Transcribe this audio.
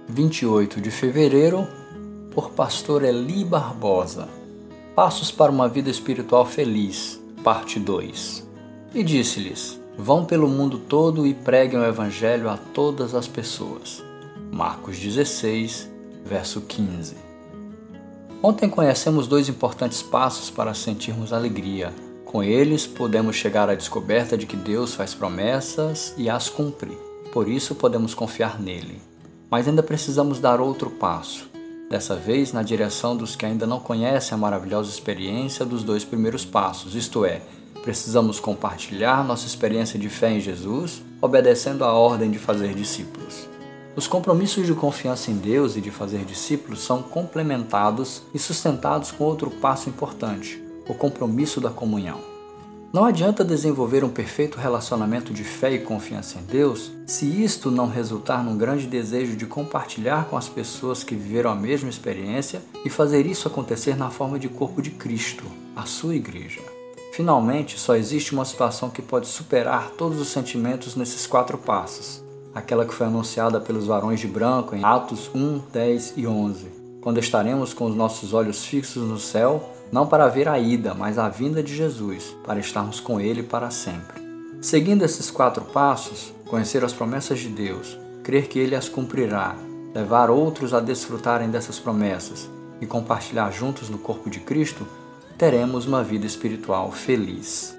28 de fevereiro, por pastor Eli Barbosa. Passos para uma vida espiritual feliz, parte 2. E disse-lhes: vão pelo mundo todo e preguem o evangelho a todas as pessoas. Marcos 16, verso 15. Ontem conhecemos 2 importantes passos para sentirmos alegria. Com eles, podemos chegar à descoberta de que Deus faz promessas e as cumpre. Por isso, podemos confiar nele. Mas ainda precisamos dar outro passo. Dessa vez, na direção dos que ainda não conhecem a maravilhosa experiência dos 2 primeiros passos, isto é, precisamos compartilhar nossa experiência de fé em Jesus, obedecendo à ordem de fazer discípulos. Os compromissos de confiança em Deus e de fazer discípulos são complementados e sustentados com outro passo importante, o compromisso da comunhão. Não adianta desenvolver um perfeito relacionamento de fé e confiança em Deus se isto não resultar num grande desejo de compartilhar com as pessoas que viveram a mesma experiência e fazer isso acontecer na forma de corpo de Cristo, a sua igreja. Finalmente, só existe uma situação que pode superar todos os sentimentos nesses 4 passos, aquela que foi anunciada pelos varões de branco em Atos 1, 10 e 11, quando estaremos com os nossos olhos fixos no céu, não para ver a ida, mas a vinda de Jesus, para estarmos com Ele para sempre. Seguindo esses 4 passos, conhecer as promessas de Deus, crer que Ele as cumprirá, levar outros a desfrutarem dessas promessas e compartilhar juntos no corpo de Cristo, teremos uma vida espiritual feliz.